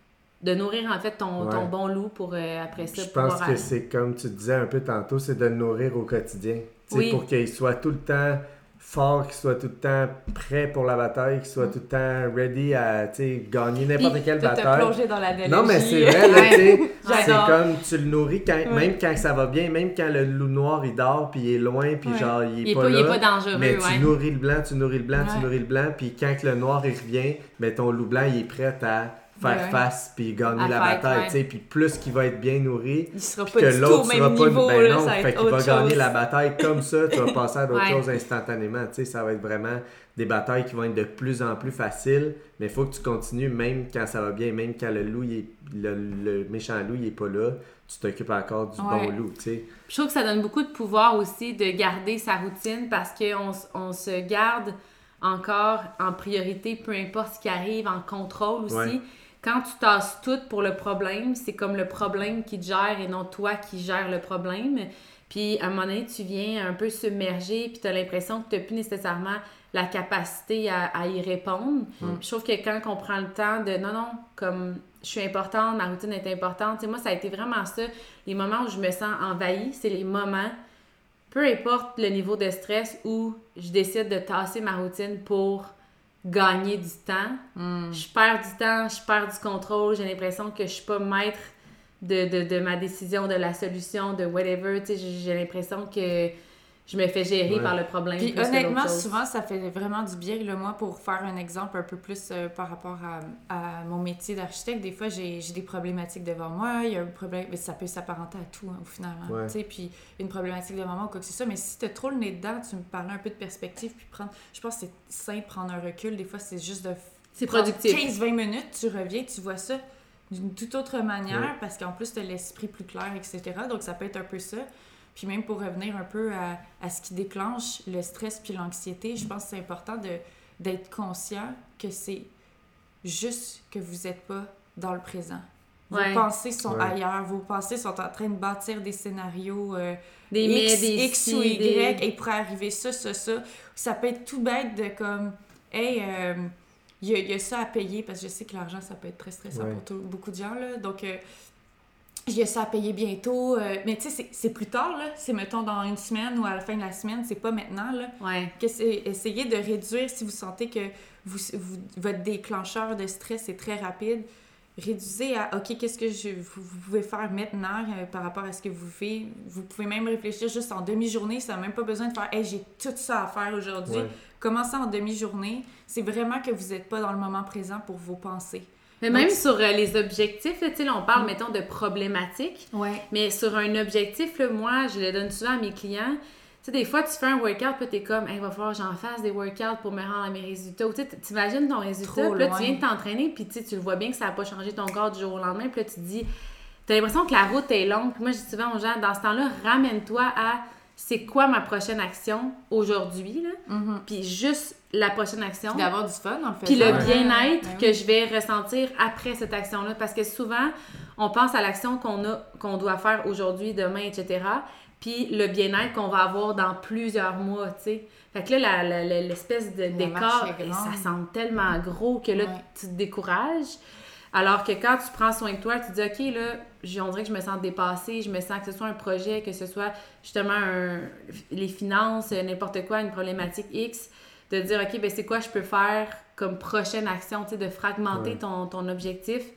de nourrir, en fait, ton, ouais. ton bon loup pour euh, après ça. Je pense que aller. C'est comme tu disais un peu tantôt, c'est de le nourrir au quotidien. Tu sais, oui. Pour qu'il soit tout le temps fort, qu'il soit tout le temps prêt pour la bataille, qu'il soit mm. tout le temps ready à gagner n'importe Puis, quelle bataille. Te plonger dans l'analogie. Non, mais c'est vrai, là, tu sais, c'est comme tu le nourris quand, ouais. même quand ça va bien, même quand le loup noir il dort, puis il est loin, puis ouais. genre il est il pas, pas là. Il est pas dangereux, mais ouais. tu nourris le blanc, tu nourris le blanc, ouais. tu nourris le blanc, puis quand le noir il revient, ben ton loup blanc il est prêt à faire ouais. face puis gagner à la fight, bataille, ouais. tu sais, puis plus qu'il va être bien nourri, il sera puis pas que du l'autre tout au sera même pas niveau, ben là, non, ça fait qu'il va chose. Gagner la bataille comme ça, tu vas passer à d'autres ouais. choses instantanément, tu sais, ça va être vraiment des batailles qui vont être de plus en plus faciles, mais il faut que tu continues même quand ça va bien, même quand le loup, il est, le, le méchant loup, il est pas là, tu t'occupes encore du ouais. bon loup, tu sais. Je trouve que ça donne beaucoup de pouvoir aussi de garder sa routine parce qu'on on se garde encore en priorité, peu importe ce qui arrive, en contrôle aussi. Ouais. Quand tu tasses tout pour le problème, c'est comme le problème qui te gère et non toi qui gères le problème. Puis à un moment donné, tu viens un peu submerger puis tu as l'impression que tu n'as plus nécessairement la capacité à, à y répondre. Mm. Je trouve que quand on prend le temps de non, non, comme je suis importante, ma routine est importante, tu sais, moi, ça a été vraiment ça. Les moments où je me sens envahie, c'est les moments, peu importe le niveau de stress, où je décide de tasser ma routine pour gagner du temps. Mm. Je perds du temps, je perds du contrôle, j'ai l'impression que je suis pas maître de, de, de ma décision, de la solution, de whatever. Tu sais, j'ai, j'ai l'impression que je me fais gérer ouais. par le problème. Puis honnêtement, souvent, ça fait vraiment du bien. Là, moi, pour faire un exemple un peu plus euh, par rapport à, à mon métier d'architecte, des fois, j'ai, j'ai des problématiques devant moi. Il y a un problème, mais ça peut s'apparenter à tout, hein, au final. Hein, ouais. Tu sais, puis une problématique devant moi ou quoi que c'est ça. Mais si tu as trop le nez dedans, tu me parlais un peu de perspective, puis prendre... Je pense que c'est simple, prendre un recul. Des fois, c'est juste de... C'est productif. quinze vingt minutes, tu reviens, tu vois ça d'une toute autre manière, ouais. parce qu'en plus, tu as l'esprit plus clair, et cetera. Donc, ça peut être un peu ça. Puis même pour revenir un peu à, à ce qui déclenche le stress puis l'anxiété, je pense que c'est important de, d'être conscient que c'est juste que vous n'êtes pas dans le présent. Vos ouais. pensées sont ouais. ailleurs, vos pensées sont en train de bâtir des scénarios euh, des X, des X ou Y, des... et il pourrait arriver ça, ça, ça. Ça peut être tout bête de comme, hey, euh, il y, y a ça à payer, parce que je sais que l'argent, ça peut être très stressant ouais. pour tout, beaucoup de gens, là. Donc, euh, il y a ça à payer bientôt. Euh, mais tu sais, c'est, c'est plus tard, là. C'est, mettons, dans une semaine ou à la fin de la semaine. C'est pas maintenant, là. Ouais. Que c'est, essayez de réduire si vous sentez que vous, vous, votre déclencheur de stress est très rapide. Réduisez à, OK, qu'est-ce que je, vous, vous pouvez faire maintenant euh, par rapport à ce que vous faites. Vous pouvez même réfléchir juste en demi-journée. Ça n'a même pas besoin de faire, hey, j'ai tout ça à faire aujourd'hui. Ouais. Commencez en demi-journée. C'est vraiment que vous n'êtes pas dans le moment présent pour vos pensées. Mais même Donc, sur euh, les objectifs, là, là, on parle, mm. mettons, de problématiques. Ouais. Mais sur un objectif, là, moi, je le donne souvent à mes clients. Tu sais, des fois, tu fais un workout, puis t'es comme, hey, il va falloir que j'en fasse des workouts pour me rendre à mes résultats. Ou tu t'imagines ton résultat, puis là, tu viens de t'entraîner, puis tu le vois bien que ça n'a pas changé ton corps du jour au lendemain, puis là, tu te dis, t'as l'impression que la route est longue. Puis moi, je dis souvent aux gens, dans ce temps-là, ramène-toi à c'est quoi ma prochaine action aujourd'hui, là, mm-hmm. puis juste la prochaine action. Puis d'avoir du fun, en fait. Puis le bien-être ouais. que oui. je vais ressentir après cette action-là. Parce que souvent, on pense à l'action qu'on a, qu'on doit faire aujourd'hui, demain, et cetera. Puis le bien-être qu'on va avoir dans plusieurs mois, tu sais. Fait que là, la, la, la, l'espèce de la décor, ça semble tellement gros que là, ouais. tu te décourages. Alors que quand tu prends soin de toi, tu te dis, OK, là, on dirait que je me sens dépassée, je me sens que ce soit un projet, que ce soit justement un, les finances, n'importe quoi, une problématique X, de dire, OK, ben c'est quoi je peux faire comme prochaine action, tu sais, de fragmenter ouais. ton, ton objectif.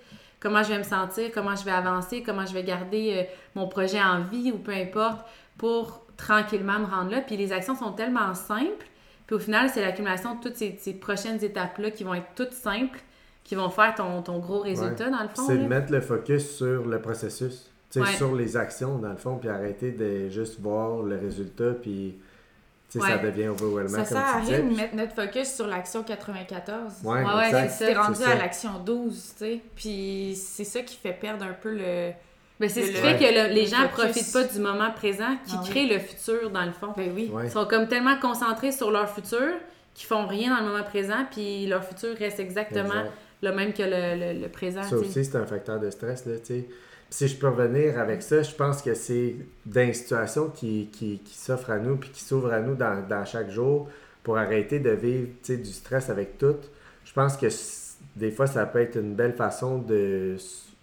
comment je vais me sentir, comment je vais avancer, comment je vais garder euh, mon projet en vie ou peu importe, pour tranquillement me rendre là. Puis les actions sont tellement simples, puis au final, c'est l'accumulation de toutes ces, ces prochaines étapes-là qui vont être toutes simples, qui vont faire ton, ton gros résultat, ouais. dans le fond. C'est là. de mettre le focus sur le processus, ouais. sur les actions, dans le fond, puis arrêter de juste voir le résultat, puis ouais. ça devient overwhelmant, ça comme sert à tu rien disais. de mettre notre focus sur l'action quatre-vingt-quatorze. Ouais, ouais, exact. C'est T'es rendu à l'action douze, tu sais. Puis c'est ça qui fait perdre un peu le... Ben c'est le, ce qui le, fait que le, les le gens ne focus. profitent pas du moment présent, qui ah, crée oui. le futur, dans le fond. Ben oui. Ouais. Ils sont comme tellement concentrés sur leur futur qu'ils font rien dans le moment présent, puis leur futur reste exactement exact. le même que le, le, le présent. Ça t'sais. Aussi, c'est un facteur de stress, là, tu sais. Si je peux revenir avec ça, je pense que c'est des situations qui, qui, qui s'offrent à nous puis qui s'ouvrent à nous dans, dans chaque jour pour arrêter de vivre du stress avec tout. Je pense que des fois, ça peut être une belle façon de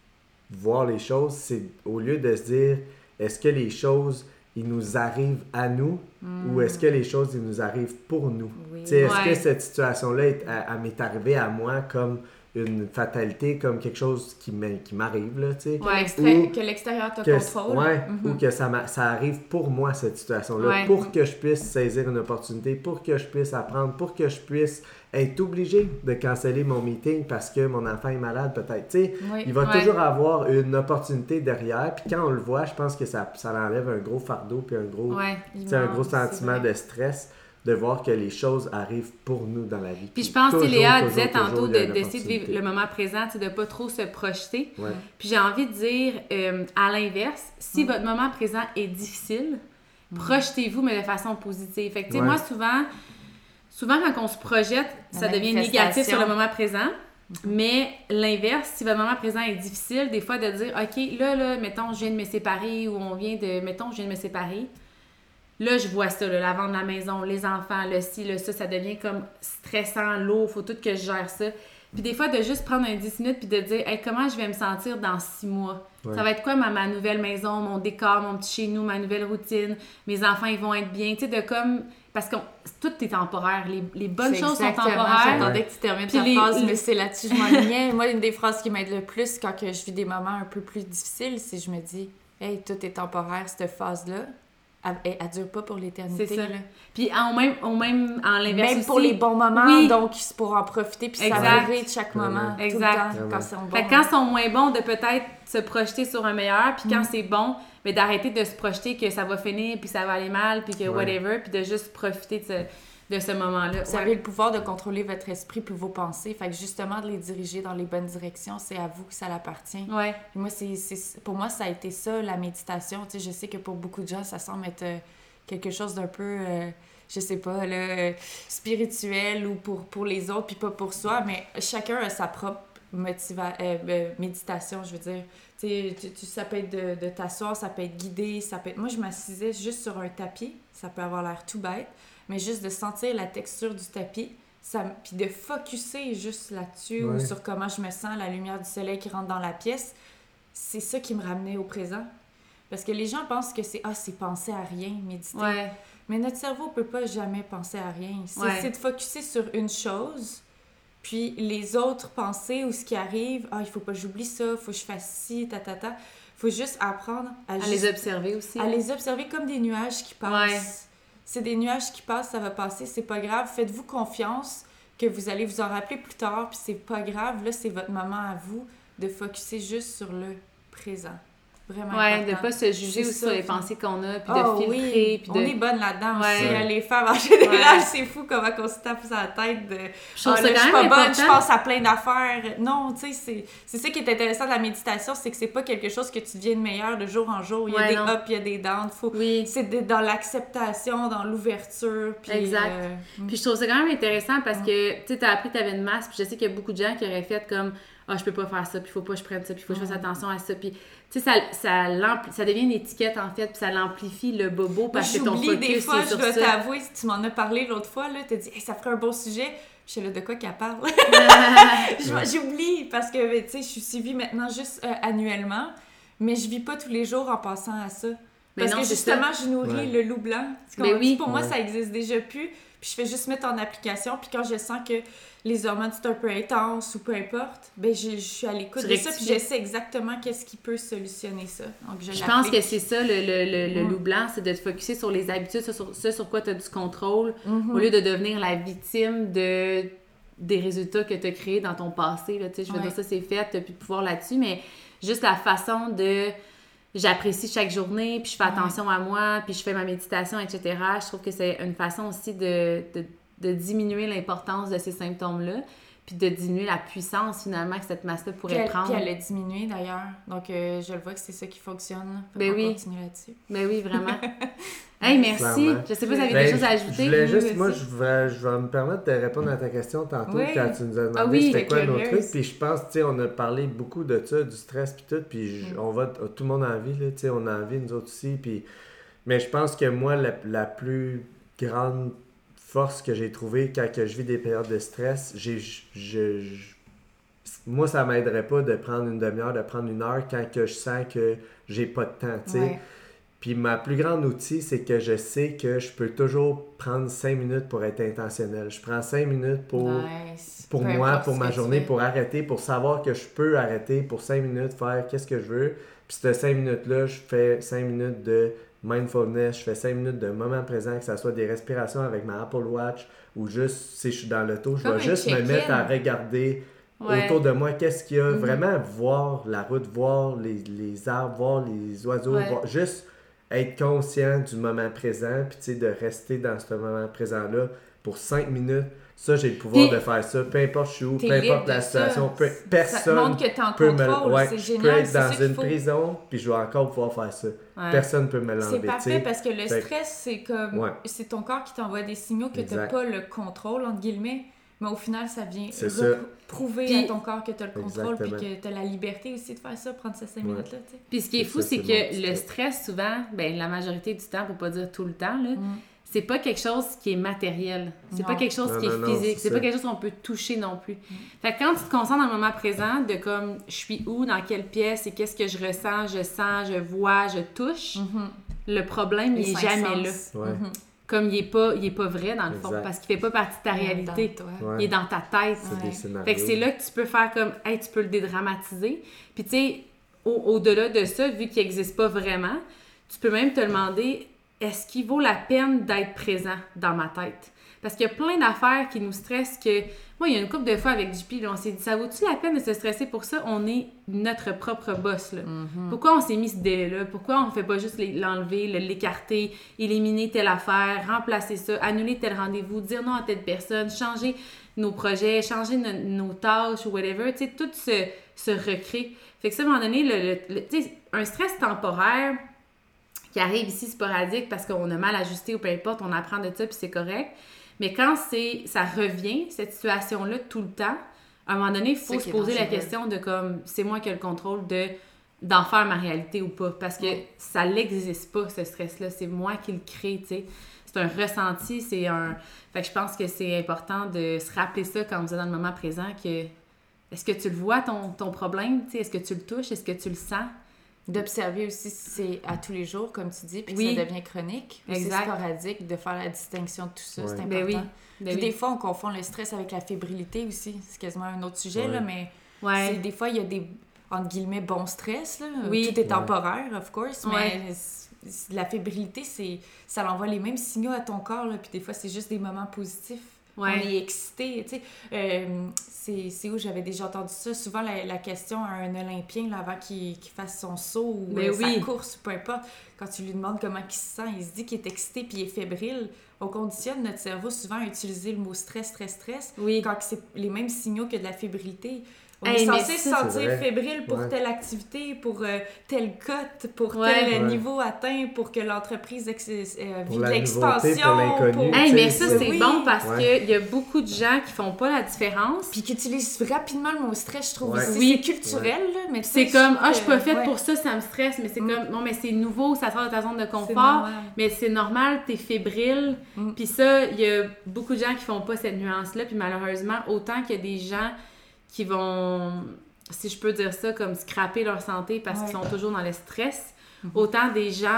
voir les choses. C'est au lieu de se dire, est-ce que les choses, ils nous arrivent à nous mm. ou est-ce que les choses, ils nous arrivent pour nous? Oui. Est-ce ouais. que cette situation-là, elle, elle m'est arrivée à moi comme une fatalité, comme quelque chose qui m'arrive, là, tu sais. Ouais, que l'extérieur te que, contrôle. Ouais, mm-hmm. ou que ça, ça arrive pour moi, cette situation-là, ouais. pour que je puisse saisir une opportunité, pour que je puisse apprendre, pour que je puisse être obligé de canceller mon meeting parce que mon enfant est malade, peut-être, tu sais. Oui. Il va ouais. toujours avoir une opportunité derrière, puis quand on le voit, je pense que ça, ça enlève un gros fardeau, puis un gros, ouais. un gros sentiment de stress, de voir que les choses arrivent pour nous dans la vie. Puis je pense que Léa disait tantôt de, d'essayer de vivre le moment présent, de ne pas trop se projeter. Ouais. Puis j'ai envie de dire, euh, à l'inverse, si mm. votre moment présent est difficile, mm. projetez-vous, mais de façon positive. Fait que, tu sais, ouais. moi, souvent, souvent, quand on se projette, ça devient négatif sur le moment présent. Mm-hmm. Mais l'inverse, si votre moment présent est difficile, des fois, de dire, OK, là, là, mettons, je viens de me séparer ou on vient de, mettons, je viens de me séparer. Là, je vois ça, là, la vente de la maison, les enfants, le ci, le ça, ça devient comme stressant, lourd, faut tout que je gère ça. Puis des fois, de juste prendre un dix minutes puis de dire hey, comment je vais me sentir dans six mois. Ouais. Ça va être quoi ma, ma nouvelle maison, mon décor, mon petit chez nous, ma nouvelle routine, mes enfants, ils vont être bien. Tu sais, de comme... Parce que tout est temporaire. Les, les bonnes c'est choses sont temporaires. J'attendais que tu termines ta les, phrase, les... mais c'est là-dessus que je m'enlignais. Moi, une des phrases qui m'aide le plus quand que je vis des moments un peu plus difficiles, c'est je me dis hey, tout est temporaire, cette phase-là. Elle, elle, elle dure pas pour l'éternité. C'est ça. Là. Puis en même, en même en l'inverse même aussi, pour les bons moments, oui. donc c'est pour en profiter puis savourer de chaque moment. Exact. Tout le temps, quand c'est bon. Fait que quand ils sont moins bons, de peut-être se projeter sur un meilleur, puis quand mm. c'est bon, mais d'arrêter de se projeter que ça va finir, puis ça va aller mal, puis que ouais. whatever, puis de juste profiter de ce, de ce moment-là. Vous ouais. avez le pouvoir de contrôler votre esprit puis vos pensées. Fait que justement, de les diriger dans les bonnes directions, c'est à vous que ça appartient. Ouais. Puis moi, c'est, c'est, pour moi, ça a été ça, la méditation. Tu sais, je sais que pour beaucoup de gens, ça semble être... Euh, quelque chose d'un peu, euh, je sais pas, là, euh, spirituel ou pour, pour les autres, puis pas pour soi, mais chacun a sa propre motiva- euh, euh, méditation, je veux dire. Tu sais, tu, tu, ça peut être de, de t'asseoir, ça peut être guidé, ça peut être... Moi, je m'assisais juste sur un tapis, ça peut avoir l'air tout bête, mais juste de sentir la texture du tapis, ça, puis de focusser juste là-dessus ouais. ou sur comment je me sens, la lumière du soleil qui rentre dans la pièce, c'est ça qui me ramenait au présent. Parce que les gens pensent que c'est « Ah, c'est penser à rien, méditer. Ouais. » Mais notre cerveau ne peut pas jamais penser à rien. C'est, ouais. c'est de focusser sur une chose, puis les autres pensées ou ce qui arrive, « Ah, il faut pas que j'oublie ça, il faut que je fasse ci, ta, ta, ta. » Il faut juste apprendre à, à juste, les observer aussi. À les observer comme des nuages qui passent. Ouais. C'est des nuages qui passent, ça va passer, c'est pas grave. Faites-vous confiance que vous allez vous en rappeler plus tard, puis c'est pas grave. Là, c'est votre moment à vous de focusser juste sur le présent. Vraiment ouais, important. de pas se juger aussi ça, sur les pensées qu'on a, puis oh, de filtrer. Oui. Puis de... On est bonne là-dedans ouais. aussi. Ouais. Les femmes, en général, ouais. c'est fou comment on se tape sur la tête de « Je trouve ah, ça là, quand je suis même pas important. bonne, je pense à plein d'affaires. » Non, tu sais, c'est, c'est ça qui est intéressant de la méditation, c'est que c'est pas quelque chose que tu deviens meilleur de jour en jour. Il y a ouais, des non. ups, il y a des downs. Faut... Oui. C'est de, dans l'acceptation, dans l'ouverture. Puis, exact. Euh... Puis je trouve ça quand même intéressant parce que, tu sais, t'as appris que t'avais une masse, puis je sais qu'il y a beaucoup de gens qui auraient fait comme « Ah, je peux pas faire ça, puis il faut pas que je prenne ça, puis il faut que je fasse attention à ça. » Puis, tu sais, ça, ça, ça devient une étiquette, en fait, puis ça l'amplifie le bobo parce que ton focus des fois, est sur je dois ça. t'avouer, si tu m'en as parlé l'autre fois, là, t'as dit hey, « ça ferait un bon sujet. » Je sais là, de quoi qu'elle parle. J'oublie parce que, tu sais, je suis suivie maintenant juste euh, annuellement, mais je vis pas tous les jours en passant à ça. Mais Parce non, que c'est justement, ça. je nourris Ouais. le loup blanc. Mais oui. Pour moi, Ouais. ça existe déjà plus. Puis je fais juste mettre en application. Puis quand je sens que les hormones sont un peu intenses ou peu importe, ben je, je suis à l'écoute Tu de ça. rectifies. Puis je sais exactement qu'est-ce qui peut solutionner ça. Donc je, Je pense que l'applique. c'est ça, le, le, le, le Mm. loup blanc, c'est de te focusser sur les habitudes, ce sur, ce sur quoi tu as du contrôle, Mhm. au lieu de devenir la victime de, des résultats que tu as créés dans ton passé. Là, je veux Ouais. dire, ça c'est fait, tu n'as plus de pouvoir là-dessus, mais juste la façon de... J'apprécie chaque journée, puis je fais Ouais. attention à moi, puis je fais ma méditation, et cetera. Je trouve que c'est une façon aussi de, de, de diminuer l'importance de ces symptômes-là, puis de diminuer la puissance finalement que cette masse-là Puis pourrait elle, prendre. puis elle a diminué d'ailleurs. Donc euh, je le vois que c'est ça qui fonctionne. Fait Ben qu'on oui. continue là-dessus. Ben oui, vraiment. Hey, merci. Clairement. Je sais pas si vous avez Ben, des choses à je- ajouter. Je voulais Oui, juste, vas-y. moi, je vais, je vais me permettre de répondre à ta question tantôt Oui. quand tu nous as demandé Ah oui, c'était j'étais quoi nos curieuse. trucs. Puis je pense, tu sais, on a parlé beaucoup de ça, du stress puis tout. Puis je- Mm. on va, tout le monde a envie, là, tu sais, on a envie, nous autres aussi. Puis, mais je pense que moi, la, la plus grande force que j'ai trouvée quand que je vis des périodes de stress, j'ai, je, je- je- moi, ça m'aiderait pas de prendre une demi-heure, de prendre une heure quand que je sens que j'ai pas de temps, tu sais. Ouais. Puis ma plus grande outil, c'est que je sais que je peux toujours prendre cinq minutes pour être intentionnel. Je prends cinq minutes pour, Nice. pour Peu moi, importe pour ce ma que tu journée, fais. pour arrêter, pour savoir que je peux arrêter pour cinq minutes, faire qu'est-ce que je veux. Puis ces cinq minutes-là, je fais cinq minutes de mindfulness, je fais cinq minutes de moment présent, que ce soit des respirations avec ma Apple Watch ou juste, si je suis dans l'auto, je Comme vais un juste me check-in. mettre à regarder Ouais. autour de moi qu'est-ce qu'il y a. Mhm. Vraiment voir la route, voir les, les arbres, voir les oiseaux, Ouais. voir, juste être conscient du moment présent, puis tu sais, de rester dans ce moment présent-là pour cinq minutes. Ça, j'ai le pouvoir Puis- de faire ça, peu importe je suis où, T'es peu libre importe la de situation, ça. peu- Ça te personne montre que t'es en peut me... contrôle. Ouais, c'est je génial. peux être c'est ça dans qu'il une faut. prison, puis je vais encore pouvoir faire ça. Ouais. Personne ne peut me l'enlever, C'est tu parfait sais. parce que le Fait que- stress, c'est comme. Ouais. C'est ton corps qui t'envoie des signaux que tu n'as Exact. pas le contrôle, entre guillemets. Mais au final, ça vient C'est repr- ça. prouver Puis- à ton corps que tu as le contrôle puis Exactement. que tu as la liberté aussi de faire ça, prendre ces cinq Ouais. minutes-là. Tu sais. Puis ce qui est C'est fou, ça, c'est c'est mon que petit le truc. stress, souvent, ben la majorité du temps, pour pas dire tout le temps, là, Mm. c'est pas quelque chose qui est matériel. C'est pas Non. quelque chose Non, qui non, est non, physique. c'est C'est pas ça. quelque chose qu'on peut toucher non plus. Fait que quand tu te concentres dans le moment présent, de comme je suis où, dans quelle pièce et qu'est-ce que je ressens, je sens, je vois, je touche, Mhm. le problème, Les il est cinq jamais là. sens. Ouais. Mhm. Comme il est pas, il est pas vrai dans le fond, Exact. parce qu'il fait pas partie de ta Il est réalité. dans toi. Ouais. Il est dans ta tête. C'est Ouais. des scénarios. Fait que c'est là que tu peux faire comme, hey, tu peux le dédramatiser. Puis tu sais, au- au-delà de ça, vu qu'il n'existe pas vraiment, tu peux même te demander, est-ce qu'il vaut la peine d'être présent dans ma tête? Parce qu'il y a plein d'affaires qui nous stressent que... Moi, il y a une couple de fois avec J P, là, on s'est dit, ça vaut-tu la peine de se stresser pour ça? On est notre propre boss, là. Pourquoi on s'est mis ce délai-là? Pourquoi on fait pas juste les- l'enlever, le- l'écarter, éliminer telle affaire, remplacer ça, annuler tel rendez-vous, dire non à telle personne, changer nos projets, changer no- nos tâches ou whatever, tu sais, tout se, se recrée. Fait que ça, à un moment donné, le, le- le- tu sais, un stress temporaire qui arrive ici sporadique parce qu'on a mal ajusté ou peu importe, on apprend de ça puis c'est correct. Mais quand c'est ça revient, cette situation-là, tout le temps, à un moment donné, il faut C'est se qui est poser la dangereux. question de comme, c'est moi qui ai le contrôle de d'en faire ma réalité ou pas. Parce que Ouais. ça n'existe pas, ce stress-là. C'est moi qui le crée, tu sais. C'est un ressenti, c'est un... Fait que je pense que c'est important de se rappeler ça quand vous êtes dans le moment présent, que est-ce que tu le vois, ton, ton problème, tu sais, est-ce que tu le touches, est-ce que tu le sens? D'observer aussi si c'est à tous les jours, comme tu dis, puis que Oui. ça devient chronique. Ou c'est Exact. sporadique, de faire la distinction de tout ça, Ouais. c'est important. Ben oui. Ben Puis oui. des fois, on confond le stress avec la fébrilité aussi. C'est quasiment un autre sujet, Ouais. là, mais Ouais. c'est, des fois, il y a des, entre guillemets, bons stress. Là. Oui. Tout est Ouais. temporaire, of course, mais Ouais. c'est- c'est- la fébrilité, c'est, ça envoie les mêmes signaux à ton corps, là, puis des fois, c'est juste des moments positifs. Ouais. On est excité, tu sais. Euh, c'est, c'est où j'avais déjà entendu ça. Souvent, la, la question à un Olympien, là, avant qu'il, qu'il fasse son saut ou Mais euh, oui. sa course, peu importe, quand tu lui demandes comment il se sent, il se dit qu'il est excité puis il est fébrile. On conditionne notre cerveau souvent à utiliser le mot stress, stress, stress, Oui. quand c'est les mêmes signaux que de la fébrilité. On Hey, est mais censé se ça, c'est sentir vrai. fébrile pour Ouais. telle activité, pour euh, telle cote, pour Ouais. tel Ouais. niveau atteint, pour que l'entreprise ex- euh, Pour vit de la l'expansion. nouveauté, pour l'inconnu. Hey, Tu mais sais, ça, c'est- c'est oui. bon parce Ouais. qu'il y a beaucoup de gens qui font pas la différence. Puis qui utilisent rapidement le mot stress, je trouve. Ouais. Ici, Oui. c'est culturel, là, mais tu C'est sais, comme, trouve ah, je suis que- pas faite ouais, pour ça, ça me stresse, mais c'est Mm. comme, non, mais c'est nouveau, ça sort de ta zone de c'est confort, normal. mais c'est normal, t'es fébrile. Mm. Puis ça, il y a beaucoup de gens qui font pas cette nuance-là, puis malheureusement, autant qu'il y a des gens qui vont, si je peux dire ça, comme scraper leur santé parce Ouais. qu'ils sont toujours dans le stress, Mhm. autant des gens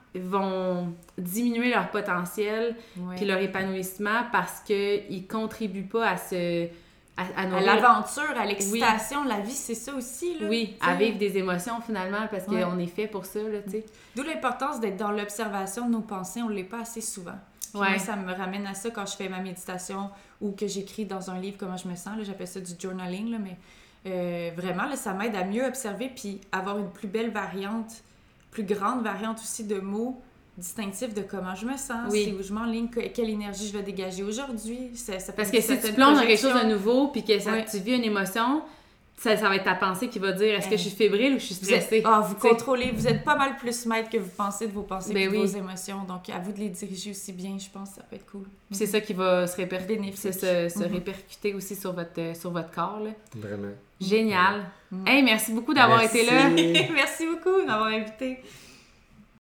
vont diminuer leur potentiel ouais. puis leur épanouissement parce qu'ils contribuent pas à se... À, à, à l'aventure, à l'excitation, oui. La vie, c'est ça aussi. Là, oui, t'sais. À vivre des émotions finalement parce ouais. qu'on est fait pour ça. Là, t'sais. D'où l'importance d'être dans l'observation de nos pensées. On ne l'est pas assez souvent. Puis ouais. Moi, ça me ramène à ça quand je fais ma méditation ou que j'écris dans un livre comment je me sens. Là, j'appelle ça du journaling. Là, mais euh, vraiment, là, ça m'aide à mieux observer puis avoir une plus belle variante, plus grande variante aussi de mots distinctif de comment je me sens, oui. Si je m'enligne, quelle énergie je vais dégager aujourd'hui. Ça, ça Parce que si tu plonges dans quelque chose de nouveau puis que ça, oui. Tu vis une émotion, ça, ça va être ta pensée qui va dire est-ce que je suis fébrile ou je suis stressée. Ah, vous, vous contrôlez, vous êtes pas mal plus maître que vous pensez de vos pensées et de oui. vos émotions. Donc, à vous de les diriger aussi bien, je pense que ça peut être cool. Mm-hmm. C'est ça qui va se, réper... se, se mm-hmm. répercuter aussi sur votre, sur votre corps. Là. Vraiment. Génial. Mm-hmm. Hey, merci beaucoup d'avoir merci. été là. Merci beaucoup d'avoir invité.